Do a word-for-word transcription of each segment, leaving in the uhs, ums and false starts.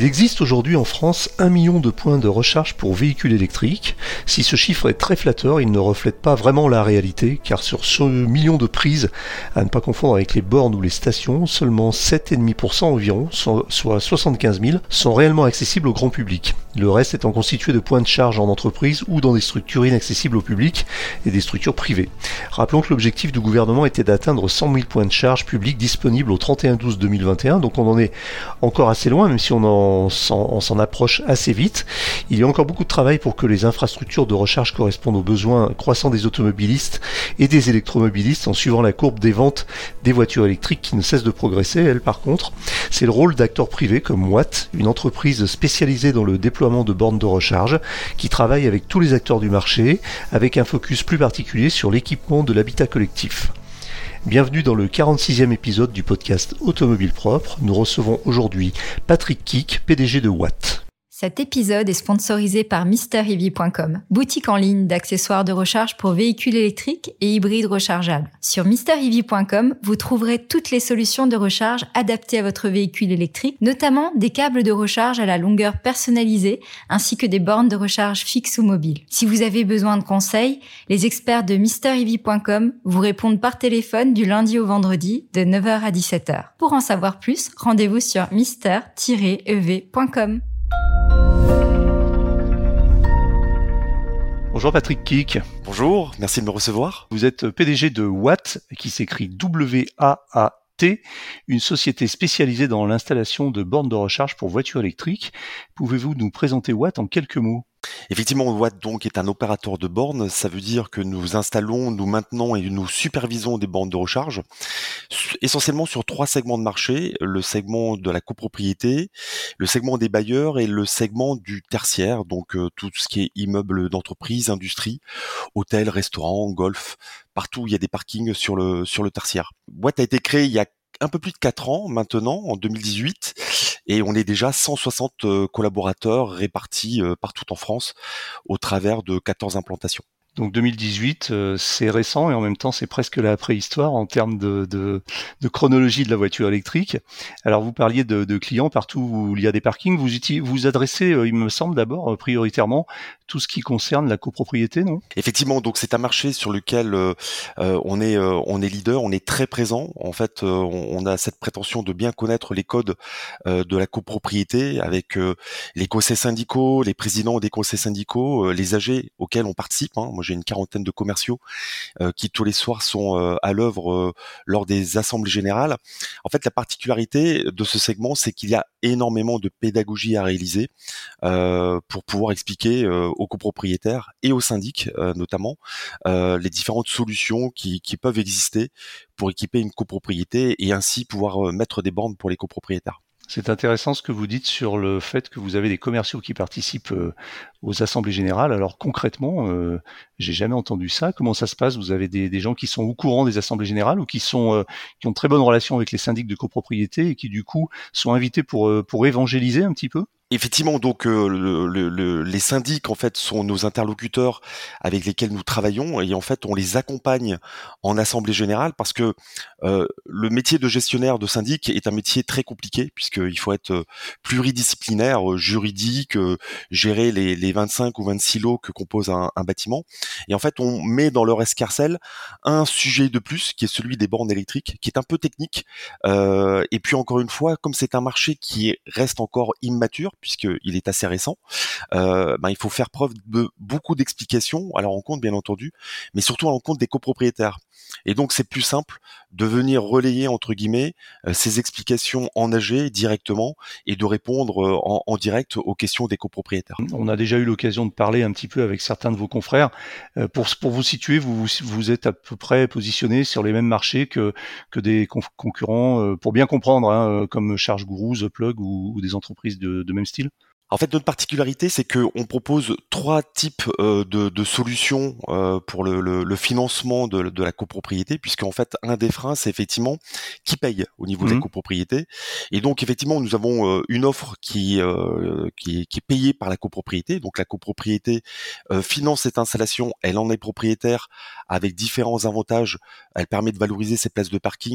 Il existe aujourd'hui en France un million de points de recharge pour véhicules électriques. Si ce chiffre est très flatteur, il ne reflète pas vraiment la réalité, car sur ce million de prises, à ne pas confondre avec les bornes ou les stations, seulement sept virgule cinq pour cent environ, soit soixante-quinze mille, sont réellement accessibles au grand public. Le reste étant constitué de points de charge en entreprise ou dans des structures inaccessibles au public et des structures privées. Rappelons que l'objectif du gouvernement était d'atteindre cent mille points de charge publics disponibles au trente et un douze deux mille vingt et un, donc on en est encore assez loin, même si on en On s'en, on s'en approche assez vite. Il y a encore beaucoup de travail pour que les infrastructures de recharge correspondent aux besoins croissants des automobilistes et des électromobilistes en suivant la courbe des ventes des voitures électriques qui ne cesse de progresser. Elle, par contre, c'est le rôle d'acteurs privés comme Watt, une entreprise spécialisée dans le déploiement de bornes de recharge qui travaille avec tous les acteurs du marché avec un focus plus particulier sur l'équipement de l'habitat collectif. Bienvenue dans le quarante-sixième épisode du podcast Automobile Propre. Nous recevons aujourd'hui Patrick Kick, P D G de Watt. Cet épisode est sponsorisé par Mister E V point com, boutique en ligne d'accessoires de recharge pour véhicules électriques et hybrides rechargeables. Sur Mister E V point com, vous trouverez toutes les solutions de recharge adaptées à votre véhicule électrique, notamment des câbles de recharge à la longueur personnalisée, ainsi que des bornes de recharge fixes ou mobiles. Si vous avez besoin de conseils, les experts de Mister E V point com vous répondent par téléphone du lundi au vendredi de neuf heures à dix-sept heures. Pour en savoir plus, rendez-vous sur mister tiret e v point com. Bonjour Patrick Kick. Bonjour, merci de me recevoir. Vous êtes P D G de Watt, qui s'écrit W A A T, une société spécialisée dans l'installation de bornes de recharge pour voitures électriques. Pouvez-vous nous présenter Watt en quelques mots ? Effectivement, Watt donc est un opérateur de bornes. Ça veut dire que nous installons, nous maintenons et nous supervisons des bornes de recharge, essentiellement sur trois segments de marché: le segment de la copropriété, le segment des bailleurs et le segment du tertiaire, donc euh, tout ce qui est immeubles d'entreprise, industrie, hôtels, restaurants, golf, partout où il y a des parkings sur le sur le tertiaire. Watt a été créé il y a un peu plus de quatre ans maintenant, en deux mille dix-huit, et on est déjà cent soixante collaborateurs répartis partout en France au travers de quatorze implantations. Donc deux mille dix-huit, euh, c'est récent et en même temps c'est presque la préhistoire en termes de, de, de chronologie de la voiture électrique. Alors vous parliez de, de clients partout où il y a des parkings. Vous uti- vous adressez, euh, il me semble d'abord, euh, prioritairement tout ce qui concerne la copropriété, non ? Effectivement, donc c'est un marché sur lequel euh, euh, on est euh, on est leader, on est très présent. En fait, euh, on, on a cette prétention de bien connaître les codes euh, de la copropriété avec euh, les conseils syndicaux, les présidents des conseils syndicaux, euh, les A G auxquels on participe. Hein. Moi, j'ai une quarantaine de commerciaux euh, qui tous les soirs sont euh, à l'œuvre euh, lors des assemblées générales. En fait, la particularité de ce segment, c'est qu'il y a énormément de pédagogie à réaliser euh, pour pouvoir expliquer euh, aux copropriétaires et aux syndics euh, notamment euh, les différentes solutions qui, qui peuvent exister pour équiper une copropriété et ainsi pouvoir euh, mettre des bornes pour les copropriétaires. C'est intéressant ce que vous dites sur le fait que vous avez des commerciaux qui participent euh, aux assemblées générales. Alors concrètement, euh, j'ai jamais entendu ça. Comment ça se passe ? Vous avez des, des gens qui sont au courant des assemblées générales ou qui sont euh, qui ont de très bonnes relations avec les syndics de copropriété et qui du coup sont invités pour euh, pour évangéliser un petit peu ? Effectivement, donc euh, le, le, le, les syndics en fait sont nos interlocuteurs avec lesquels nous travaillons et en fait on les accompagne en assemblée générale parce que euh, le métier de gestionnaire de syndic est un métier très compliqué puisqu'il faut être pluridisciplinaire, juridique, euh, gérer les, les vingt-cinq ou vingt-six lots que compose un, un bâtiment et en fait on met dans leur escarcelle un sujet de plus qui est celui des bornes électriques qui est un peu technique euh, et puis encore une fois comme c'est un marché qui reste encore immature puisqu'il est assez récent, euh, ben, il faut faire preuve de beaucoup d'explications à leur rencontre, bien entendu, mais surtout à l'encontre des copropriétaires. Et donc, c'est plus simple de venir relayer, entre guillemets, euh, ces explications en A G directement et de répondre euh, en, en direct aux questions des copropriétaires. On a déjà eu l'occasion de parler un petit peu avec certains de vos confrères. Euh, pour, pour vous situer, vous, vous êtes à peu près positionné sur les mêmes marchés que, que des con- concurrents, euh, pour bien comprendre, hein, comme ChargeGuru, The Plug ou, ou des entreprises de, de même style. En fait, notre particularité, c'est qu'on propose trois types euh, de, de solutions euh, pour le, le, le financement de, de la copropriété, puisqu'en fait, un des freins, c'est effectivement qui paye au niveau mmh. de la copropriété. Et donc, effectivement, nous avons euh, une offre qui, euh, qui, est, qui est payée par la copropriété. Donc, la copropriété euh, finance cette installation, elle en est propriétaire avec différents avantages. Elle permet de valoriser ses places de parking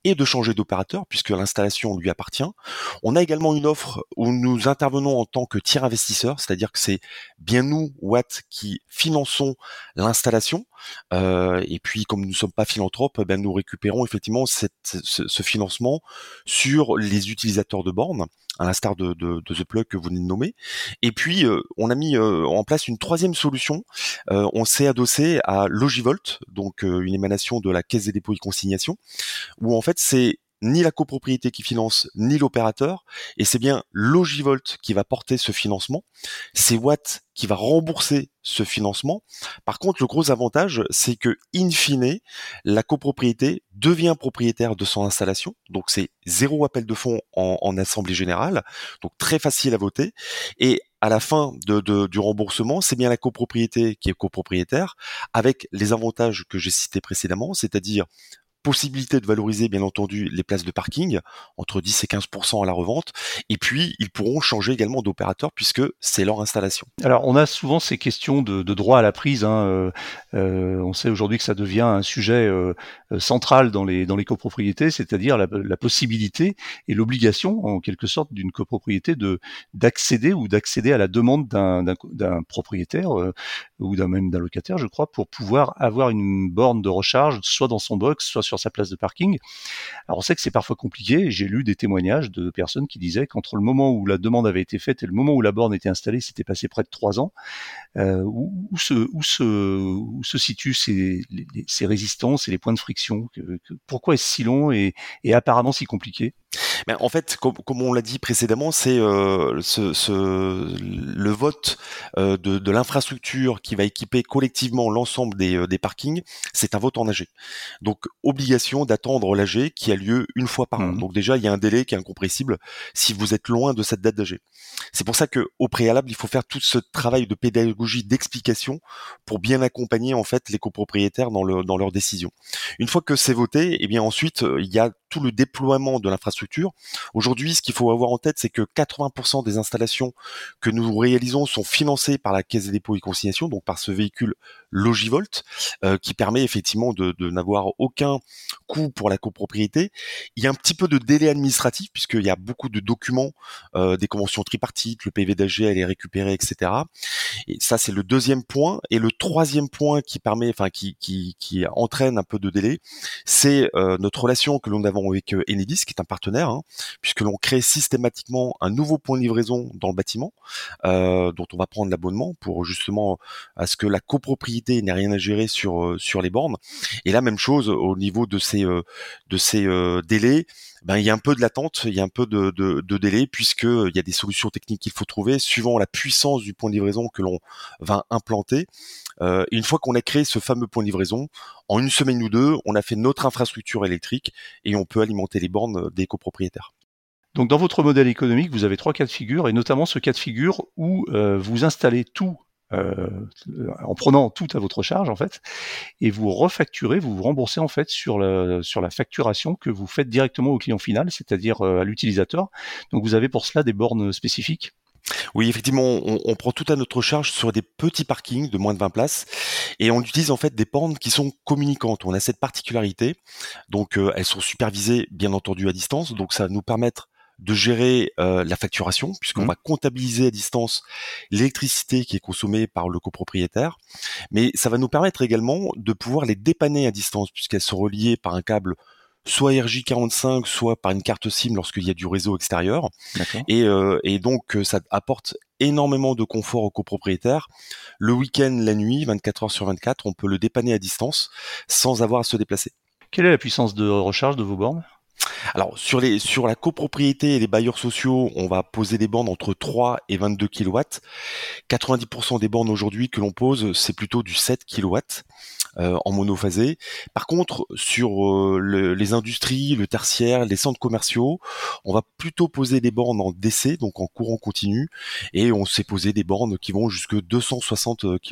et de changer d'opérateur puisque l'installation lui appartient. On a également une offre où nous intervenons en tant que tiers investisseur, c'est-à-dire que c'est bien nous, Watt, qui finançons l'installation. Euh, et puis, comme nous ne sommes pas philanthropes, ben, nous récupérons effectivement cette, ce, ce financement sur les utilisateurs de bornes, à l'instar de, de, de The Plug que vous venez de nommer. Et puis, euh, on a mis euh, en place une troisième solution. Euh, on s'est adossé à Logivolt, donc euh, une émanation de la Caisse des dépôts et consignations, où en fait, c'est ni la copropriété qui finance, ni l'opérateur, et c'est bien Logivolt qui va porter ce financement. C'est Watt qui va rembourser ce financement. Par contre, le gros avantage, c'est que, in fine, la copropriété devient propriétaire de son installation. Donc, c'est zéro appel de fonds en, en assemblée générale. Donc, très facile à voter. Et à la fin de, de, du remboursement, c'est bien la copropriété qui est copropriétaire, avec les avantages que j'ai cités précédemment, c'est-à-dire possibilité de valoriser bien entendu les places de parking entre dix et quinze pour cent à la revente, et puis ils pourront changer également d'opérateur puisque c'est leur installation. Alors on a souvent ces questions de, de droit à la prise, hein. euh, euh, on sait aujourd'hui que ça devient un sujet euh, central dans les, dans les copropriétés, c'est-à-dire la, la possibilité et l'obligation en quelque sorte d'une copropriété de, d'accéder ou d'accéder à la demande d'un, d'un, d'un propriétaire euh, ou d'un, même d'un locataire, je crois, pour pouvoir avoir une borne de recharge soit dans son box, soit sur sur sa place de parking. Alors on sait que c'est parfois compliqué, j'ai lu des témoignages de personnes qui disaient qu'entre le moment où la demande avait été faite et le moment où la borne était installée, c'était passé près de trois ans. Euh, où, où, se, où, se, où se situent ces, les, ces résistances et les points de friction que, que, pourquoi est-ce si long et, et apparemment si compliqué? Mais en fait, comme, comme on l'a dit précédemment, c'est euh, ce, ce, le vote euh, de, de l'infrastructure qui va équiper collectivement l'ensemble des, euh, des parkings, c'est un vote en A G. Donc, obligation d'attendre l'A G qui a lieu une fois par mmh. an. Donc déjà, il y a un délai qui est incompressible si vous êtes loin de cette date d'A G. C'est pour ça que, au préalable, il faut faire tout ce travail de pédagogie, d'explication pour bien accompagner en fait les copropriétaires dans, le, dans leurs décisions. Une fois que c'est voté, eh bien ensuite, il y a tout le déploiement de l'infrastructure. Aujourd'hui, ce qu'il faut avoir en tête, c'est que quatre-vingts pour cent des installations que nous réalisons sont financées par la Caisse des dépôts et consignations, donc par ce véhicule Logivolt, euh, qui permet effectivement de, de n'avoir aucun coût pour la copropriété. Il y a un petit peu de délai administratif, puisqu'il y a beaucoup de documents, euh, des conventions tripartites, le P V d'A G, elle est récupérée, et cetera. Et ça, c'est le deuxième point. Et le troisième point qui permet, enfin, qui, qui, qui entraîne un peu de délai, c'est euh, notre relation que nous avons avec euh, Enedis, qui est un partenaire, hein, puisque l'on crée systématiquement un nouveau point de livraison dans le bâtiment, euh, dont on va prendre l'abonnement pour justement à ce que la copropriété n'ait rien à gérer sur euh, sur les bornes. Et là, même chose au niveau de ces euh, de ces euh, délais. Ben, il y a un peu de latente, il y a un peu de, de, de délai, puisque il y a des solutions techniques qu'il faut trouver suivant la puissance du point de livraison que l'on va implanter. Euh, une fois qu'on a créé ce fameux point de livraison, en une semaine ou deux, on a fait notre infrastructure électrique et on peut alimenter les bornes des copropriétaires. Donc dans votre modèle économique, vous avez trois cas de figure, et notamment ce cas de figure où euh, vous installez tout Euh, en prenant tout à votre charge en fait, et vous refacturez, vous vous remboursez en fait sur la, sur la facturation que vous faites directement au client final, c'est-à-dire euh, à l'utilisateur. Donc vous avez pour cela des bornes spécifiques. Oui, effectivement, on, on prend tout à notre charge sur des petits parkings de moins de vingt places et on utilise en fait des bornes qui sont communicantes. On a cette particularité, donc euh, elles sont supervisées bien entendu à distance, donc ça va nous permettre de gérer euh, la facturation, puisqu'on mmh. va comptabiliser à distance l'électricité qui est consommée par le copropriétaire, mais ça va nous permettre également de pouvoir les dépanner à distance, puisqu'elles sont reliées par un câble soit R J quarante-cinq, soit par une carte SIM lorsqu'il y a du réseau extérieur. Et, euh, et donc, ça apporte énormément de confort aux copropriétaires. Le week-end, la nuit, vingt-quatre heures sur vingt-quatre, on peut le dépanner à distance sans avoir à se déplacer. Quelle est la puissance de recharge de vos bornes ? Alors, sur les, sur la copropriété et les bailleurs sociaux, on va poser des bornes entre trois et vingt-deux kilowatts. quatre-vingt-dix pour cent des bornes aujourd'hui que l'on pose, c'est plutôt du sept kilowatts euh, en monophasé. Par contre, sur euh, le, les industries, le tertiaire, les centres commerciaux, on va plutôt poser des bornes en D C, donc en courant continu, et on s'est posé des bornes qui vont jusque deux cent soixante kilowatts.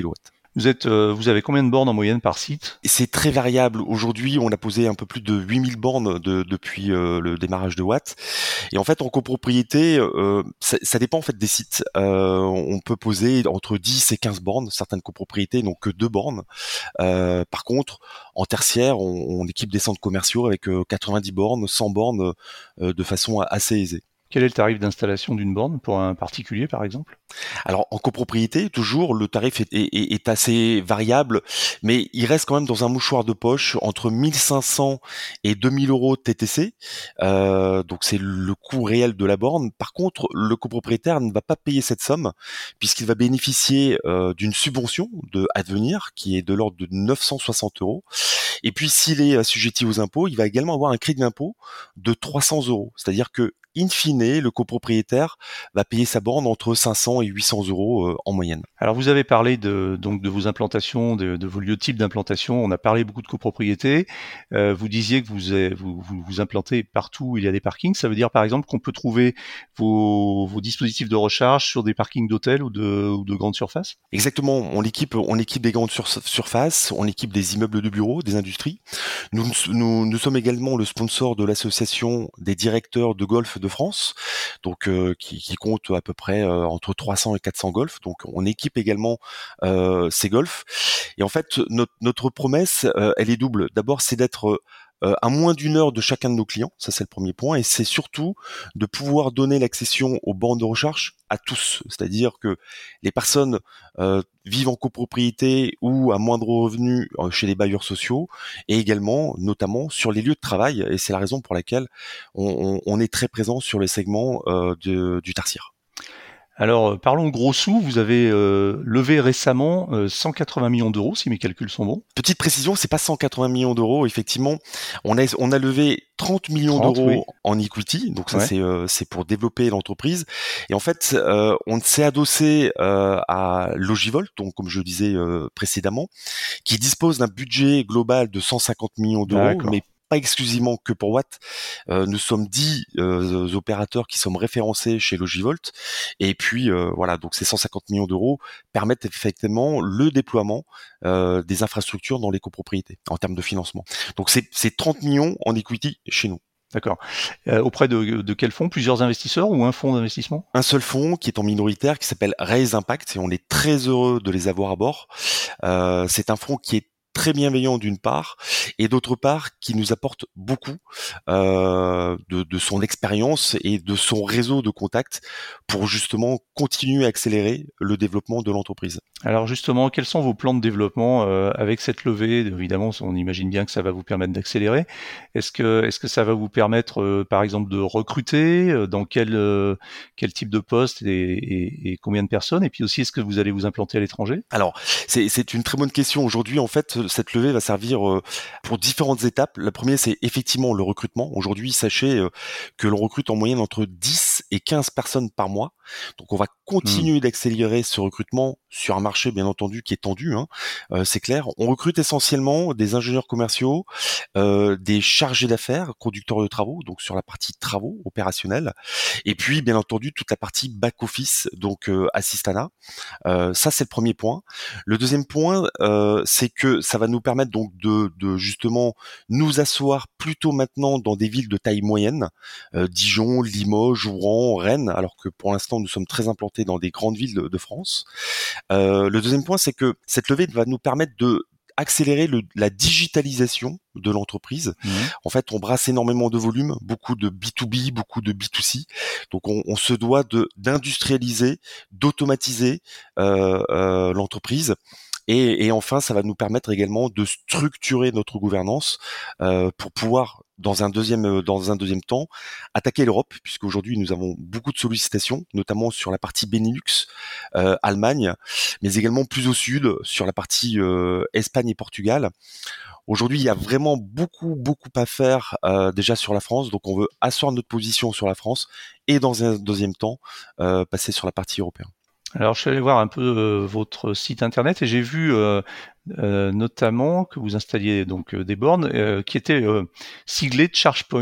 Vous êtes, euh, vous avez combien de bornes en moyenne par site ? C'est très variable. Aujourd'hui, on a posé un peu plus de huit mille bornes de, depuis euh, le démarrage de Watt. Et en fait, en copropriété, euh, ça, ça dépend en fait des sites. Euh, on peut poser entre dix et quinze bornes. Certaines copropriétés n'ont que deux bornes. Euh, par contre, en tertiaire, on, on équipe des centres commerciaux avec euh, quatre-vingt-dix bornes, cent bornes euh, de façon assez aisée. Quel est le tarif d'installation d'une borne pour un particulier, par exemple ? Alors en copropriété, toujours, le tarif est, est, est assez variable, mais il reste quand même dans un mouchoir de poche entre mille cinq cents et deux mille euros T T C. Euh, donc c'est le coût réel de la borne. Par contre, le copropriétaire ne va pas payer cette somme puisqu'il va bénéficier euh, d'une subvention de Advenir qui est de l'ordre de neuf cent soixante euros. Et puis s'il est assujetti aux impôts, il va également avoir un crédit d'impôt de trois cents euros. C'est-à-dire que in fine, le copropriétaire va payer sa borne entre cinq cents et huit cents euros euh, en moyenne. Alors vous avez parlé de, donc de vos implantations, de, de vos lieux types d'implantation. On a parlé beaucoup de copropriété. Euh, vous disiez que vous, vous, vous vous implantez partout où il y a des parkings. Ça veut dire par exemple qu'on peut trouver vos, vos dispositifs de recharge sur des parkings d'hôtels ou de, ou de grandes surfaces ? Exactement. On équipe, on équipe des grandes sur, surfaces, on équipe des immeubles de bureaux, des industries. Nous, nous, nous sommes également le sponsor de l'association des directeurs de golf de France, donc euh, qui, qui compte à peu près euh, entre trois cents et quatre cents golfs. Donc on équipe également euh, ces golfs. Et en fait, notre, notre promesse, euh, elle est double. D'abord, c'est d'être euh, à moins d'une heure de chacun de nos clients. Ça, c'est le premier point. Et c'est surtout de pouvoir donner l'accession aux bornes de recharge à tous. C'est-à-dire que les personnes euh, vivent en copropriété ou à moindre revenu euh, chez les bailleurs sociaux et également, notamment, sur les lieux de travail. Et c'est la raison pour laquelle on, on, on est très présent sur les segments euh, de, du tertiaire. Alors, parlons gros sous. Vous avez euh, levé récemment euh, cent quatre-vingts millions d'euros, si mes calculs sont bons. Petite précision, c'est pas cent quatre-vingts millions d'euros. Effectivement, on a on a levé trente millions d'euros oui. en equity. Donc ça, ouais. c'est euh, c'est pour développer l'entreprise. Et en fait, euh, on s'est adossé euh, à Logivolt, donc comme je disais euh, précédemment, qui dispose d'un budget global de cent cinquante millions d'euros, D'accord. mais pas exclusivement que pour Watt. Euh, nous sommes dix euh, opérateurs qui sommes référencés chez Logivolt. Et puis, euh, voilà, donc ces cent cinquante millions d'euros permettent effectivement le déploiement euh, des infrastructures dans les copropriétés en termes de financement. Donc, c'est, c'est trente millions en equity chez nous. D'accord. Euh, auprès de, de quel fonds ? Plusieurs investisseurs ou un fonds d'investissement ? Un seul fonds qui est en minoritaire, qui s'appelle Raise Impact, et on est très heureux de les avoir à bord. Euh, c'est un fonds qui est très bienveillant d'une part, et d'autre part qui nous apporte beaucoup euh, de, de son expérience et de son réseau de contacts pour justement continuer à accélérer le développement de l'entreprise. Alors justement, quels sont vos plans de développement euh, avec cette levée ? Évidemment, on imagine bien que ça va vous permettre d'accélérer. Est-ce que, est-ce que ça va vous permettre, euh, par exemple, de recruter ? euh, Dans quel, euh, quel type de poste et, et, et combien de personnes ? Et puis aussi, est-ce que vous allez vous implanter à l'étranger ? Alors, c'est, c'est une très bonne question. Aujourd'hui, en fait, cette levée va servir euh, pour différentes étapes. La première, c'est effectivement le recrutement. Aujourd'hui, sachez euh, que l'on recrute en moyenne entre dix et quinze personnes par mois. Donc, on va continuer mmh. d'accélérer ce recrutement sur un marché, bien entendu, qui est tendu, hein, euh, c'est clair. On recrute essentiellement des ingénieurs commerciaux, euh, des chargés d'affaires, conducteurs de travaux, donc sur la partie travaux opérationnels, et puis, bien entendu, toute la partie back-office, donc euh, assistanat. Euh, ça, c'est le premier point. Le deuxième point, euh, c'est que ça va nous permettre donc de, de justement nous asseoir plutôt maintenant dans des villes de taille moyenne, euh, Dijon, Limoges, Rouen, Rennes, alors que pour l'instant, nous sommes très implantés dans des grandes villes de, de France. Euh, le deuxième point, c'est que cette levée va nous permettre de accélérer le, la digitalisation de l'entreprise. Mmh. En fait, on brasse énormément de volume, beaucoup de B deux B, beaucoup de B deux C. Donc, on, on se doit de d'industrialiser, d'automatiser euh, euh, l'entreprise. Et, et enfin, ça va nous permettre également de structurer notre gouvernance euh, pour pouvoir, dans un deuxième dans un deuxième temps, attaquer l'Europe, puisqu'aujourd'hui nous avons beaucoup de sollicitations, notamment sur la partie Benelux, euh, Allemagne, mais également plus au sud, sur la partie euh, Espagne et Portugal. Aujourd'hui, il y a vraiment beaucoup, beaucoup à faire euh, déjà sur la France, donc on veut asseoir notre position sur la France et dans un deuxième temps, euh, passer sur la partie européenne. Alors, je suis allé voir un peu euh, votre site internet et j'ai vu euh, euh, notamment que vous installiez donc euh, des bornes euh, qui étaient euh, siglées ChargePoint.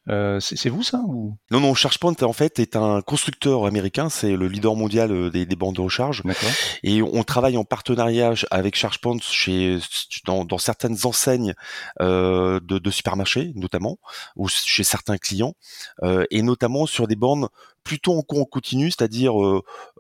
Euh, c'est, c'est vous ça ou... Non, non, ChargePoint en fait est un constructeur américain, c'est le leader mondial des, des bornes de recharge. D'accord. Et on travaille en partenariat avec ChargePoint chez dans, dans certaines enseignes euh, de, de supermarchés notamment, ou chez certains clients, euh, et notamment sur des bornes plutôt en continu, c'est-à-dire euh,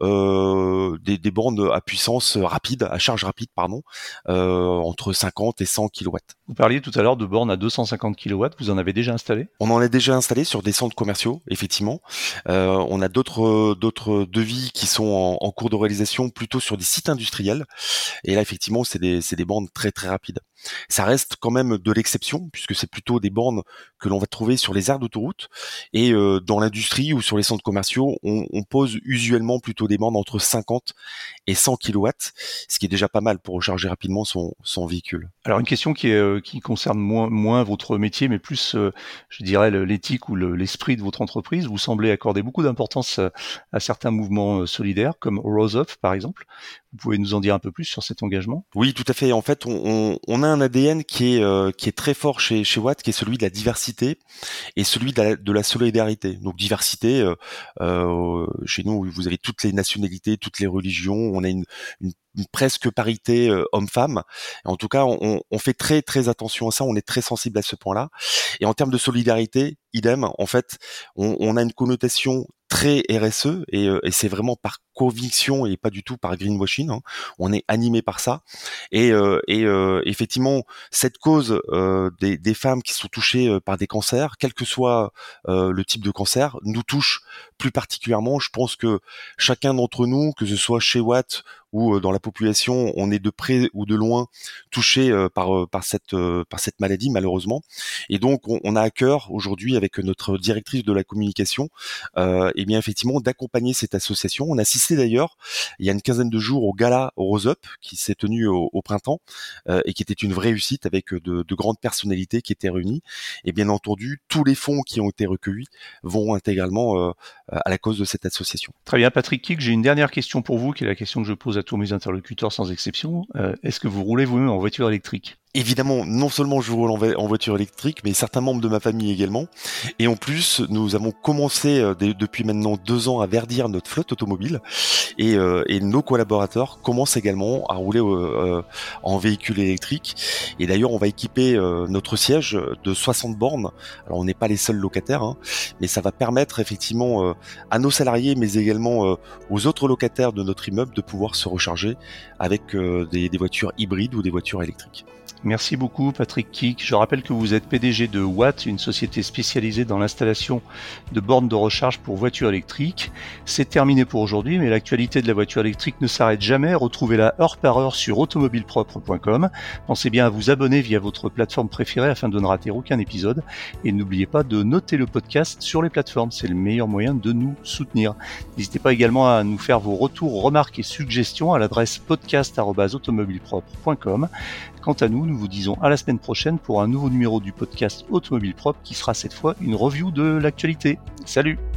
euh, des, des bornes à puissance rapide, à charge rapide, pardon, euh, entre cinquante et cent kilowatts. Vous parliez tout à l'heure de bornes à deux cent cinquante kilowatts, vous en avez déjà installé ? On en a déjà installé sur des centres commerciaux, effectivement. Euh, on a d'autres d'autres devis qui sont en, en cours de réalisation, plutôt sur des sites industriels. Et là, effectivement, c'est des c'est des bornes très très rapides. Ça reste quand même de l'exception, puisque c'est plutôt des bornes que l'on va trouver sur les aires d'autoroute. Et euh, dans l'industrie ou sur les centres commerciaux, on, on pose usuellement plutôt des bornes entre cinquante et cent kilowatts, ce qui est déjà pas mal pour recharger rapidement son, son véhicule. Alors une question qui, est, euh, qui concerne moins, moins votre métier, mais plus, euh, je dirais, l'éthique ou le, l'esprit de votre entreprise. Vous semblez accorder beaucoup d'importance à, à certains mouvements euh, solidaires, comme Rose Up par exemple. Vous pouvez nous en dire un peu plus sur cet engagement ? Oui, tout à fait. En fait, on, on, on a un A D N qui est, euh, qui est très fort chez, chez Watt, qui est celui de la diversité et celui de la, de la solidarité. Donc diversité, euh, euh, chez nous, vous avez toutes les nationalités, toutes les religions. On a une, une une presque parité euh, homme-femme. En tout cas, on, on fait très très attention à ça, on est très sensible à ce point-là. Et en termes de solidarité, idem, en fait, on, on a une connotation très R S E et, euh, et c'est vraiment par conviction et pas du tout par greenwashing. Hein. On est animé par ça. Et, euh, et euh, effectivement, cette cause euh, des, des femmes qui sont touchées par des cancers, quel que soit euh, le type de cancer, nous touche plus particulièrement. Je pense que chacun d'entre nous, que ce soit chez Watt ou dans la population, on est de près ou de loin touché euh, par euh, par cette euh, par cette maladie malheureusement. Et donc on, on a à cœur aujourd'hui avec notre directrice de la communication, euh, et bien effectivement d'accompagner cette association. On a assisté d'ailleurs il y a une quinzaine de jours au gala Rose Up qui s'est tenu au, au printemps euh, et qui était une vraie réussite avec de, de grandes personnalités qui étaient réunies. Et bien entendu tous les fonds qui ont été recueillis vont intégralement euh, à la cause de cette association. Très bien, Patrick Kick, j'ai une dernière question pour vous, qui est la question que je pose à tous mes interlocuteurs sans exception. Euh, est-ce que vous roulez vous-même en voiture électrique ? Évidemment, non seulement je roule en voiture électrique, mais certains membres de ma famille également. Et en plus, nous avons commencé euh, de, depuis maintenant deux ans à verdir notre flotte automobile. Et, euh, et nos collaborateurs commencent également à rouler euh, en véhicule électrique. Et d'ailleurs, on va équiper euh, notre siège de soixante bornes. Alors, on n'est pas les seuls locataires, hein, mais ça va permettre effectivement euh, à nos salariés, mais également euh, aux autres locataires de notre immeuble de pouvoir se recharger avec euh, des, des voitures hybrides ou des voitures électriques. Merci beaucoup Patrick Kick. Je rappelle que vous êtes P D G de Watt, une société spécialisée dans l'installation de bornes de recharge pour voitures électriques. C'est terminé pour aujourd'hui, mais l'actualité de la voiture électrique ne s'arrête jamais. Retrouvez-la heure par heure sur automobilepropre point com. Pensez bien à vous abonner via votre plateforme préférée afin de ne rater aucun épisode. Et n'oubliez pas de noter le podcast sur les plateformes. C'est le meilleur moyen de nous soutenir. N'hésitez pas également à nous faire vos retours, remarques et suggestions à l'adresse podcast arobase automobilepropre point com. Quant à nous, nous vous disons à la semaine prochaine pour un nouveau numéro du podcast Automobile Propre qui sera cette fois une review de l'actualité. Salut!